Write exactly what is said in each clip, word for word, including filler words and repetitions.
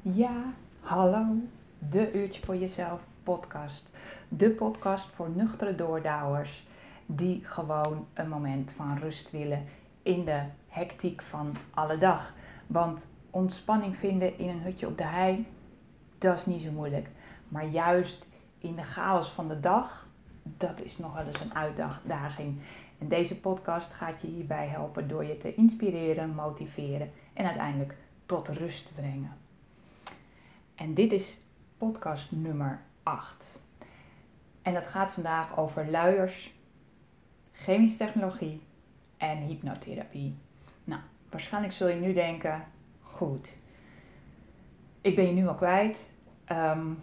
Ja, hallo, de Uurtje voor Jezelf podcast. De podcast voor nuchtere doordouwers die gewoon een moment van rust willen in de hectiek van alle dag. Want ontspanning vinden in een hutje op de hei, dat is niet zo moeilijk. Maar juist in de chaos van de dag, dat is nog wel eens een uitdaging. En deze podcast gaat je hierbij helpen door je te inspireren, motiveren en uiteindelijk tot rust te brengen. En dit is podcast nummer acht. En dat gaat vandaag over luiers, chemische technologie en hypnotherapie. Nou, waarschijnlijk zul je nu denken, goed, ik ben je nu al kwijt. Um,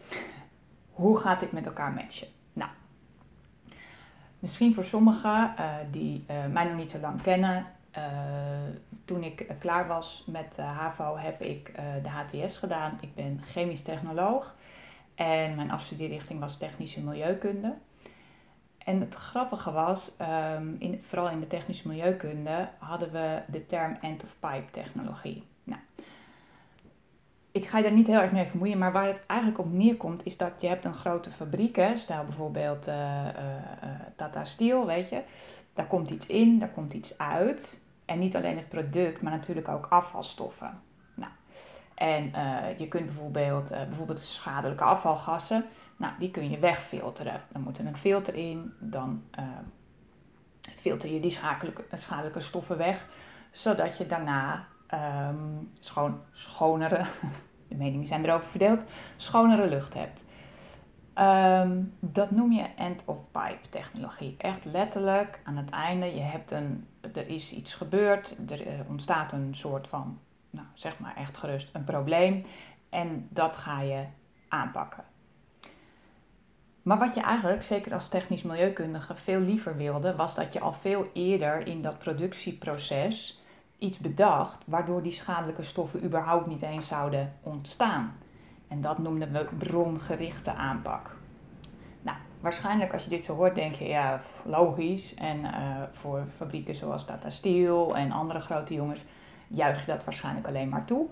hoe gaat dit met elkaar matchen? Nou, misschien voor sommigen uh, die uh, mij nog niet zo lang kennen. Uh, toen ik uh, klaar was met de HAVO heb ik uh, de H T S gedaan. Ik ben chemisch technoloog en mijn afstudeerrichting was technische milieukunde. En het grappige was, um, in, vooral in de technische milieukunde hadden we de term end-of-pipe technologie. Nou, ik ga je daar niet heel erg mee vermoeien, maar waar het eigenlijk op neerkomt is dat je hebt een grote fabriek, hè, stel bijvoorbeeld uh, uh, uh, Tata Steel, weet je. Daar komt iets in, daar komt iets uit. En niet alleen het product, maar natuurlijk ook afvalstoffen. Nou, en uh, je kunt bijvoorbeeld, uh, bijvoorbeeld schadelijke afvalgassen, nou, die kun je wegfilteren. Dan moet er een filter in, dan uh, filter je die schadelijke, schadelijke stoffen weg, zodat je daarna um, schoon, schonere, de meningen zijn erover verdeeld, schonere lucht hebt. Um, dat noem je end-of-pipe technologie. Echt letterlijk aan het einde, je hebt een, er is iets gebeurd, er uh, ontstaat een soort van, nou zeg maar echt gerust, een probleem en dat ga je aanpakken. Maar wat je eigenlijk, zeker als technisch milieukundige, veel liever wilde, was dat je al veel eerder in dat productieproces iets bedacht, waardoor die schadelijke stoffen überhaupt niet eens zouden ontstaan. En dat noemden we brongerichte aanpak. Nou, waarschijnlijk als je dit zo hoort denk je, ja, logisch. En uh, voor fabrieken zoals Tata Steel en andere grote jongens juich je dat waarschijnlijk alleen maar toe.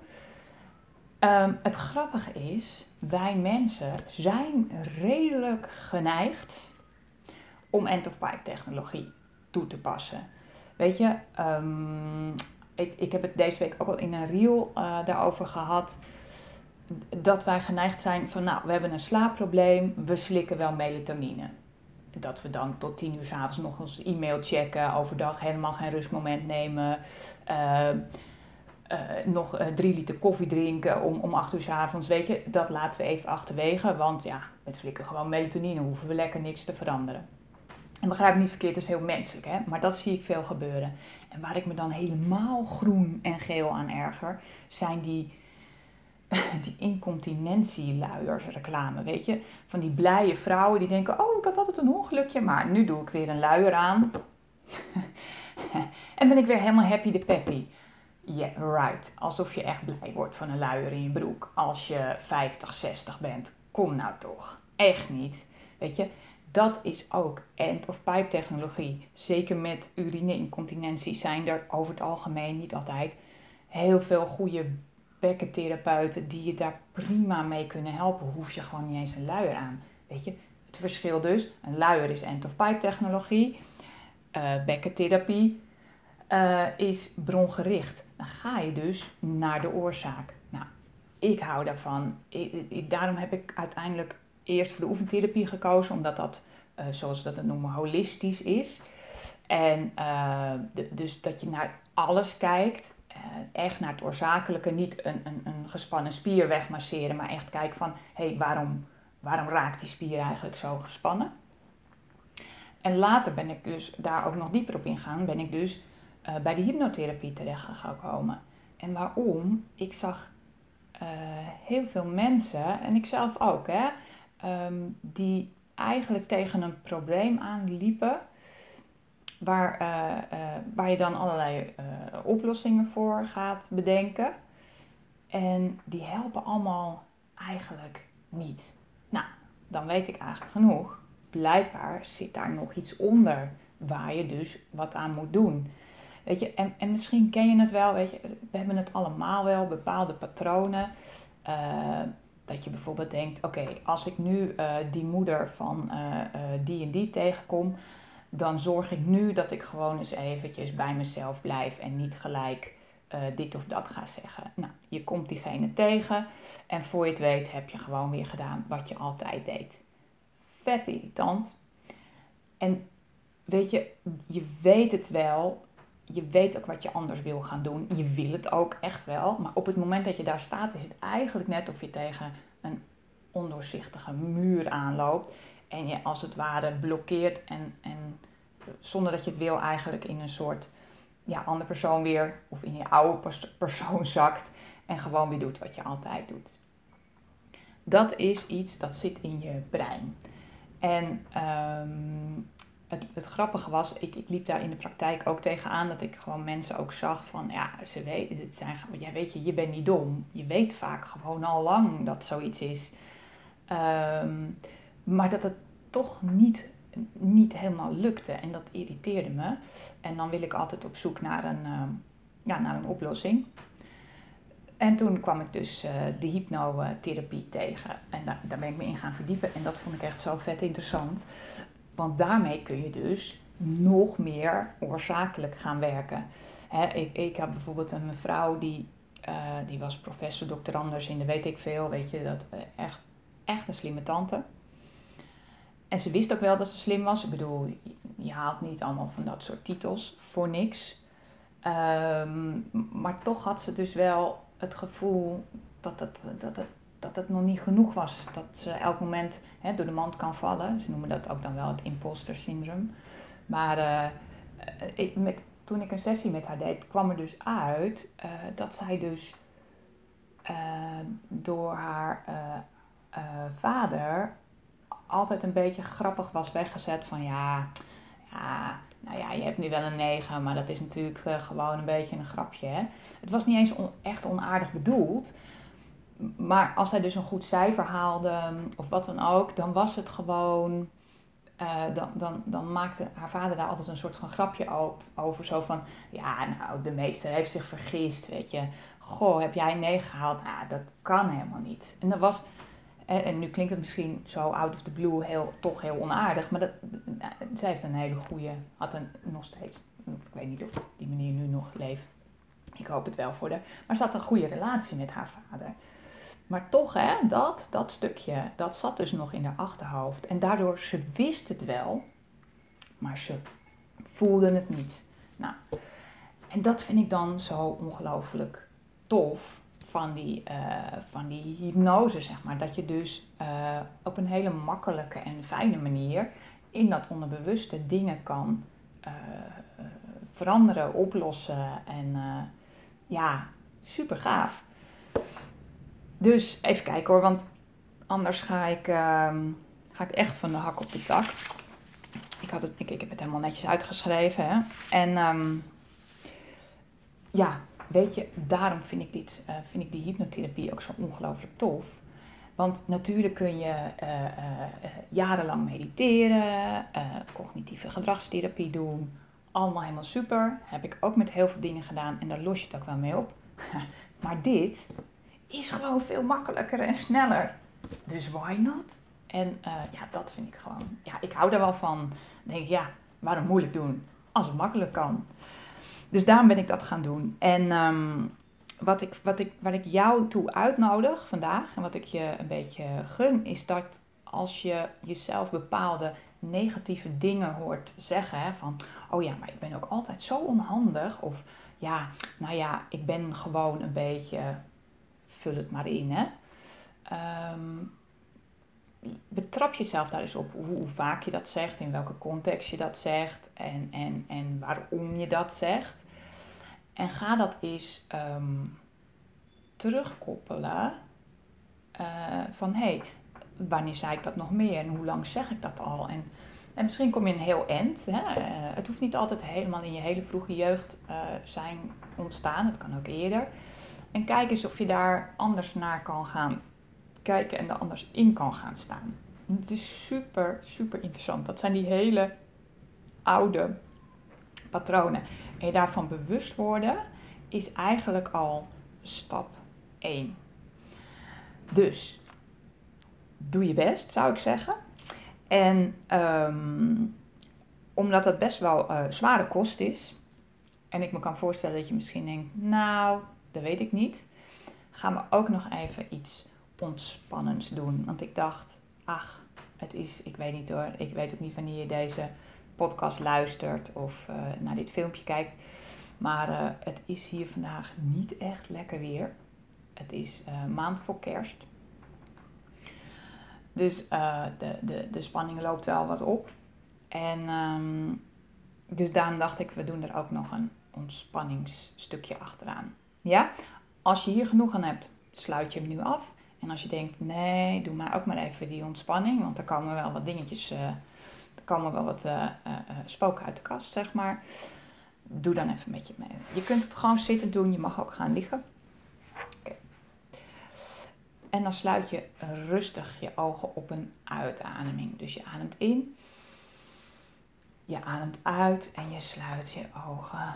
Um, het grappige is, wij mensen zijn redelijk geneigd om end-of-pipe technologie toe te passen. Weet je, um, ik, ik heb het deze week ook al in een reel uh, daarover gehad. Dat wij geneigd zijn van, nou, we hebben een slaapprobleem, we slikken wel melatonine. Dat we dan tot tien uur 's avonds nog eens e-mail checken, overdag helemaal geen rustmoment nemen. Uh, uh, nog uh, drie liter koffie drinken om, om acht uur 's avonds, weet je. Dat laten we even achterwege, want ja, met slikken gewoon melatonine hoeven we lekker niks te veranderen. En begrijp me niet verkeerd, dat is heel menselijk, hè? Maar dat zie ik veel gebeuren. En waar ik me dan helemaal groen en geel aan erger, zijn die... die incontinentieluiers reclame, weet je. Van die blije vrouwen die denken, oh, ik had altijd een ongelukje, maar nu doe ik weer een luier aan. En ben ik weer helemaal happy de peppy. Yeah, right. Alsof je echt blij wordt van een luier in je broek als je vijftig, zestig bent. Kom nou toch. Echt niet. Weet je, dat is ook end-of-pipe technologie. Zeker met urine-incontinentie zijn er over het algemeen, niet altijd, heel veel goede bekkentherapeuten die je daar prima mee kunnen helpen. Hoef je gewoon niet eens een luier aan. Weet je, het verschil dus, een luier is end-of-pipe technologie, uh, bekkentherapie uh, is brongericht. Dan ga je dus naar de oorzaak. Nou, ik hou daarvan. Ik, ik, daarom heb ik uiteindelijk eerst voor de oefentherapie gekozen, omdat dat, uh, zoals we dat noemen, holistisch is. En uh, de, dus dat je naar alles kijkt. Uh, echt naar het oorzakelijke, niet een, een, een gespannen spier wegmasseren, maar echt kijken van, hé, hey, waarom, waarom raakt die spier eigenlijk zo gespannen? En later ben ik dus daar ook nog dieper op ingegaan, ben ik dus uh, bij de hypnotherapie terecht gekomen. En waarom? Ik zag uh, heel veel mensen, en ik zelf ook, hè, um, die eigenlijk tegen een probleem aanliepen, Waar, uh, uh, waar je dan allerlei uh, oplossingen voor gaat bedenken. En die helpen allemaal eigenlijk niet. Nou, dan weet ik eigenlijk genoeg. Blijkbaar zit daar nog iets onder waar je dus wat aan moet doen. Weet je, en, en misschien ken je het wel, weet je, we hebben het allemaal wel, bepaalde patronen. Uh, dat je bijvoorbeeld denkt, oké, okay, als ik nu uh, die moeder van uh, uh, die en die tegenkom, dan zorg ik nu dat ik gewoon eens eventjes bij mezelf blijf en niet gelijk uh, dit of dat ga zeggen. Nou, je komt diegene tegen en voor je het weet heb je gewoon weer gedaan wat je altijd deed. Vet irritant. En weet je, je weet het wel, je weet ook wat je anders wil gaan doen. Je wil het ook echt wel, maar op het moment dat je daar staat is het eigenlijk net of je tegen een ondoorzichtige muur aanloopt. En je als het ware blokkeert en, en zonder dat je het wil eigenlijk in een soort ja, andere persoon weer of in je oude pers- persoon zakt en gewoon weer doet wat je altijd doet. Dat is iets dat zit in je brein. En um, het, het grappige was, ik, ik liep daar in de praktijk ook tegenaan dat ik gewoon mensen ook zag van ja, ze weten, het zijn, ja, weet je, je bent niet dom. Je weet vaak gewoon al lang dat zoiets is. Um, maar dat het toch niet, niet helemaal lukte en dat irriteerde me. En dan wil ik altijd op zoek naar een, uh, ja, naar een oplossing. En toen kwam ik dus uh, de hypnotherapie tegen en daar, daar ben ik me in gaan verdiepen en dat vond ik echt zo vet interessant. Want daarmee kun je dus nog meer oorzakelijk gaan werken. Hè, ik, ik had bijvoorbeeld een mevrouw die, uh, die was professor, doctorandus in de weet ik veel, weet je, dat uh, echt, echt een slimme tante. En ze wist ook wel dat ze slim was. Ik bedoel, je haalt niet allemaal van dat soort titels voor niks. Um, maar toch had ze dus wel het gevoel dat het, dat het, dat het nog niet genoeg was. Dat ze elk moment hè, door de mand kan vallen. Ze noemen dat ook dan wel het imposter syndroom. Maar uh, ik, met, toen ik een sessie met haar deed, kwam er dus uit uh, dat zij dus uh, door haar uh, uh, vader altijd een beetje grappig was weggezet van ja, ja, nou ja, je hebt nu wel een negen, maar dat is natuurlijk uh, gewoon een beetje een grapje. Hè? Het was niet eens on, echt onaardig bedoeld, maar als hij dus een goed cijfer haalde of wat dan ook, dan was het gewoon, uh, dan, dan, dan maakte haar vader daar altijd een soort van grapje over, zo van, ja, nou, de meester heeft zich vergist, weet je. Goh, heb jij een negen gehaald? Nou, dat kan helemaal niet. En dat was... En nu klinkt het misschien zo out of the blue heel, toch heel onaardig, maar dat, nou, zij heeft een hele goede, had een, nog steeds, ik weet niet of op die manier nu nog leeft, ik hoop het wel voor haar, maar ze had een goede relatie met haar vader. Maar toch, hè, dat, dat stukje, dat zat dus nog in haar achterhoofd en daardoor, ze wist het wel, maar ze voelde het niet. Nou, en dat vind ik dan zo ongelooflijk tof. Van die, uh, van die hypnose, zeg maar. Dat je dus uh, op een hele makkelijke en fijne manier in dat onderbewuste dingen kan uh, uh, veranderen, oplossen. En uh, ja, super gaaf. Dus even kijken hoor, want anders ga ik, uh, ga ik echt van de hak op de tak. Ik, had het, ik, ik heb het helemaal netjes uitgeschreven. Hè? En um, ja... Weet je, daarom vind ik, dit, uh, vind ik die hypnotherapie ook zo ongelooflijk tof. Want natuurlijk kun je uh, uh, uh, jarenlang mediteren, uh, cognitieve gedragstherapie doen. Allemaal helemaal super. Heb ik ook met heel veel dingen gedaan en daar los je het ook wel mee op. Maar dit is gewoon veel makkelijker en sneller. Dus why not? En uh, ja, dat vind ik gewoon... Ja, ik hou daar wel van. Dan denk ik, ja, waarom moeilijk doen als het makkelijk kan? Dus daarom ben ik dat gaan doen. En um, wat ik, wat ik, waar ik jou toe uitnodig vandaag en wat ik je een beetje gun, is dat als je jezelf bepaalde negatieve dingen hoort zeggen, hè, van oh ja, maar ik ben ook altijd zo onhandig, of ja, nou ja, ik ben gewoon een beetje, vul het maar in, hè. Um, betrap jezelf daar eens op hoe, hoe vaak je dat zegt, in welke context je dat zegt en, en, en waarom je dat zegt. En ga dat eens um, terugkoppelen uh, van hé, hey, wanneer zei ik dat nog meer en hoe lang zeg ik dat al? En, en misschien kom je een heel eind. Hè? Uh, het hoeft niet altijd helemaal in je hele vroege jeugd uh, zijn ontstaan, het kan ook eerder. En kijk eens of je daar anders naar kan gaan kijken en er anders in kan gaan staan. En het is super, super interessant. Dat zijn die hele oude patronen. En je daarvan bewust worden is eigenlijk al stap één. Dus, doe je best, zou ik zeggen. En um, omdat dat best wel uh, zware kost is, en ik me kan voorstellen dat je misschien denkt, nou, dat weet ik niet, gaan we ook nog even iets ontspannends doen. Want ik dacht, ach, het is, ik weet niet hoor, ik weet ook niet wanneer je deze podcast luistert of uh, naar dit filmpje kijkt. Maar uh, het is hier vandaag niet echt lekker weer. Het is uh, maand voor kerst. Dus uh, de, de, de spanning loopt wel wat op. En um, dus daarom dacht ik, we doen er ook nog een ontspanningsstukje achteraan. Ja? Als je hier genoeg aan hebt, sluit je hem nu af. En als je denkt, nee, doe maar ook maar even die ontspanning. Want er komen wel wat dingetjes, uh, er komen wel wat uh, uh, uh, spoken uit de kast, zeg maar. Doe dan even met je mee. Je kunt het gewoon zitten doen, je mag ook gaan liggen. Okay. En dan sluit je rustig je ogen op een uitademing. Dus je ademt in, je ademt uit en je sluit je ogen.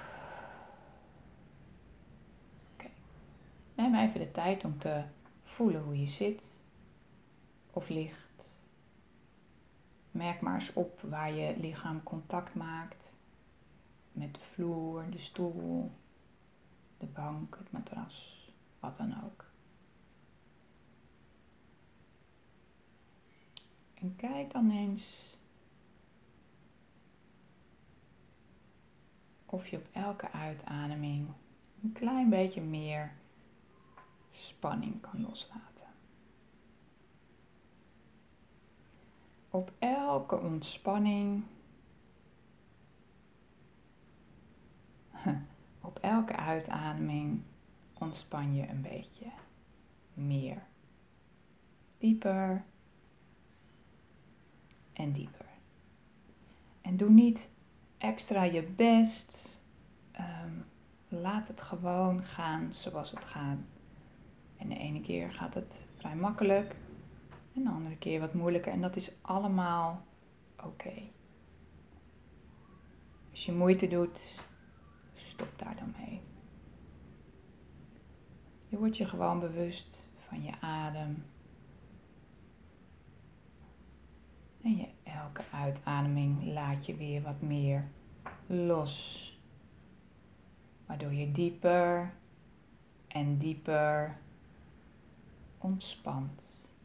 Okay. Neem even de tijd om te voelen hoe je zit of ligt. Merk maar eens op waar je lichaam contact maakt met de vloer, de stoel, de bank, het matras, wat dan ook. En kijk dan eens of je op elke uitademing een klein beetje meer spanning kan loslaten. Op elke ontspanning, op elke uitademing ontspan je een beetje meer. Dieper en dieper. En doe niet extra je best. Um, laat het gewoon gaan zoals het gaat. En de ene keer gaat het vrij makkelijk. En de andere keer wat moeilijker. En dat is allemaal oké. Okay. Als je moeite doet, stop daar dan mee. Je wordt je gewoon bewust van je adem. En je elke uitademing laat je weer wat meer los. Waardoor je dieper en dieper ontspant.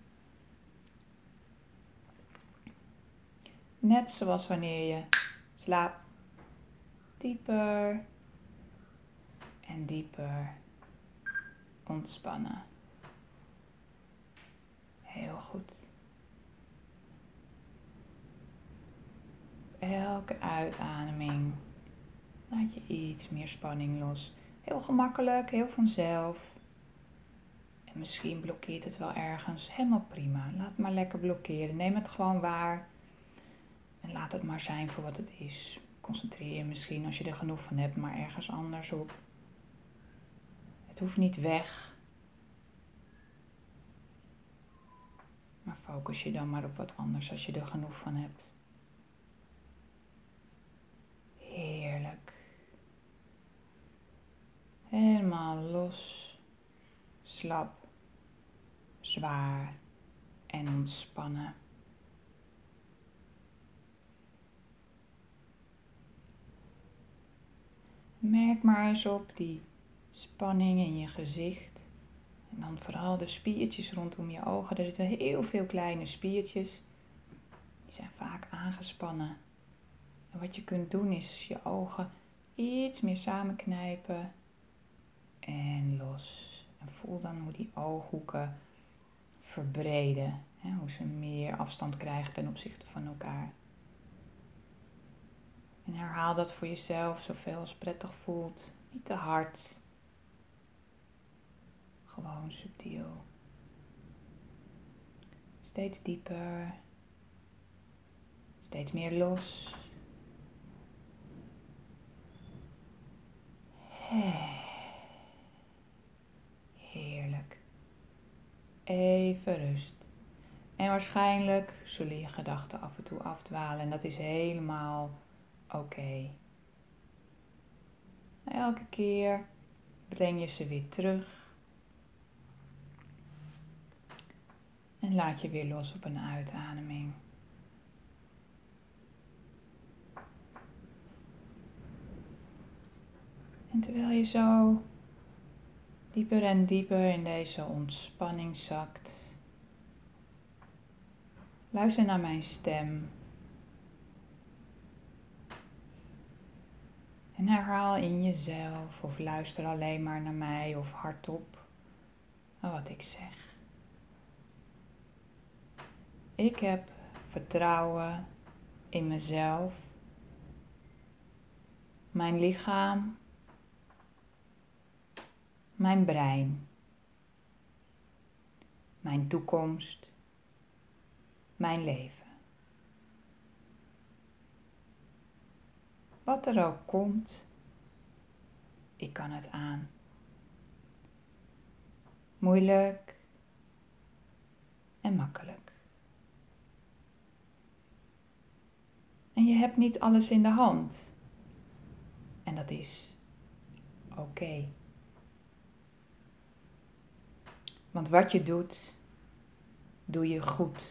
Net zoals wanneer je slaapt. Dieper en dieper ontspannen. Heel goed. Elke uitademing laat je iets meer spanning los. Heel gemakkelijk, heel vanzelf. En misschien blokkeert het wel ergens. Helemaal prima. Laat maar lekker blokkeren. Neem het gewoon waar. En laat het maar zijn voor wat het is. Concentreer je misschien als je er genoeg van hebt, maar ergens anders op. Het hoeft niet weg. Maar focus je dan maar op wat anders als je er genoeg van hebt. Heerlijk. Helemaal los, slap, zwaar en ontspannen. Merk maar eens op die spanning in je gezicht. En dan vooral de spiertjes rondom je ogen. Er zitten heel veel kleine spiertjes. Die zijn vaak aangespannen. En wat je kunt doen is je ogen iets meer samenknijpen. En los. En voel dan hoe die ooghoeken verbreden. Hè, hoe ze meer afstand krijgen ten opzichte van elkaar. En herhaal dat voor jezelf zoveel als prettig voelt. Niet te hard. Gewoon subtiel. Steeds dieper. Steeds meer los. Heerlijk. Even rust. En waarschijnlijk zullen je gedachten af en toe afdwalen. En dat is helemaal oké. Okay. Elke keer breng je ze weer terug. En laat je weer los op een uitademing. En terwijl je zo dieper en dieper in deze ontspanning zakt, luister naar mijn stem. En herhaal in jezelf of luister alleen maar naar mij of hardop naar wat ik zeg. Ik heb vertrouwen in mezelf, mijn lichaam, mijn brein, mijn toekomst, mijn leven. Wat er ook komt, ik kan het aan. Moeilijk en makkelijk. En je hebt niet alles in de hand. En dat is oké. Okay. Want wat je doet, doe je goed.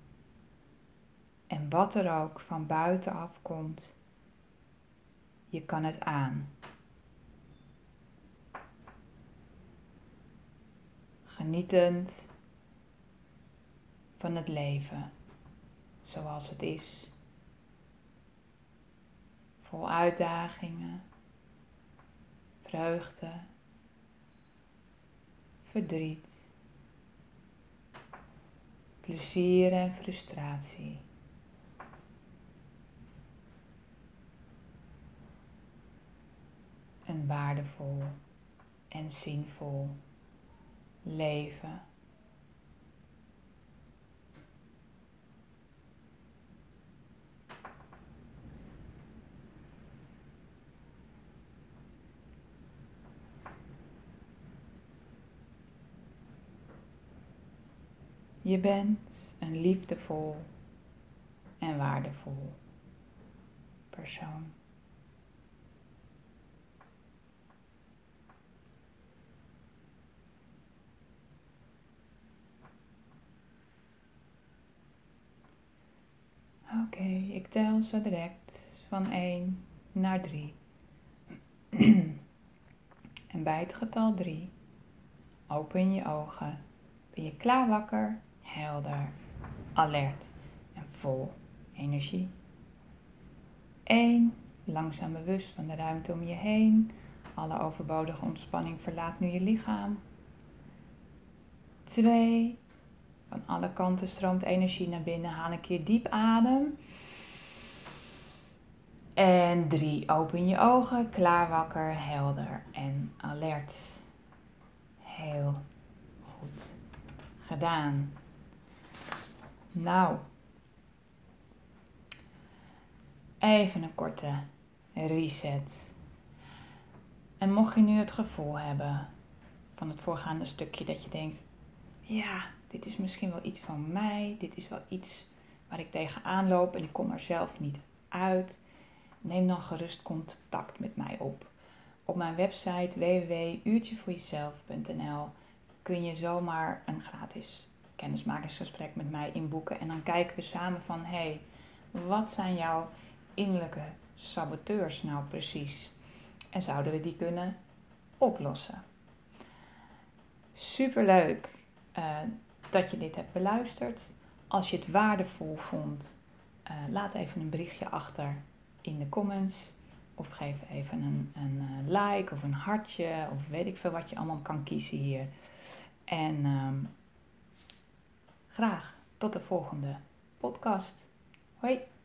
En wat er ook van buitenaf komt, je kan het aan. Genietend van het leven zoals het is. Vol uitdagingen, vreugde, verdriet, plezier en frustratie. Een waardevol en zinvol leven. Je bent een liefdevol en waardevol persoon. Oké, okay, ik tel zo direct van één naar drie. En bij het getal drie, open je ogen. Ben je klaar wakker, helder, alert en vol energie. één. Langzaam bewust van de ruimte om je heen. Alle overbodige ontspanning verlaat nu je lichaam. twee. Van alle kanten stroomt energie naar binnen. Haal een keer diep adem. En drie. Open je ogen, klaar wakker, helder en alert. Heel goed gedaan. Nou, even een korte reset. En mocht je nu het gevoel hebben van het voorgaande stukje dat je denkt, ja, dit is misschien wel iets van mij, dit is wel iets waar ik tegenaan loop en ik kom er zelf niet uit, neem dan gerust contact met mij op. Op mijn website w w w punt uurtje voor jezelf punt n l kun je zomaar een gratis kennismakingsgesprek met mij inboeken. En dan kijken we samen van, hé, hey, wat zijn jouw innerlijke saboteurs nou precies? En zouden we die kunnen oplossen? Superleuk uh, dat je dit hebt beluisterd. Als je het waardevol vond, uh, laat even een berichtje achter in de comments. Of geef even een, een like of een hartje of weet ik veel wat je allemaal kan kiezen hier. En um, graag tot de volgende podcast. Hoi!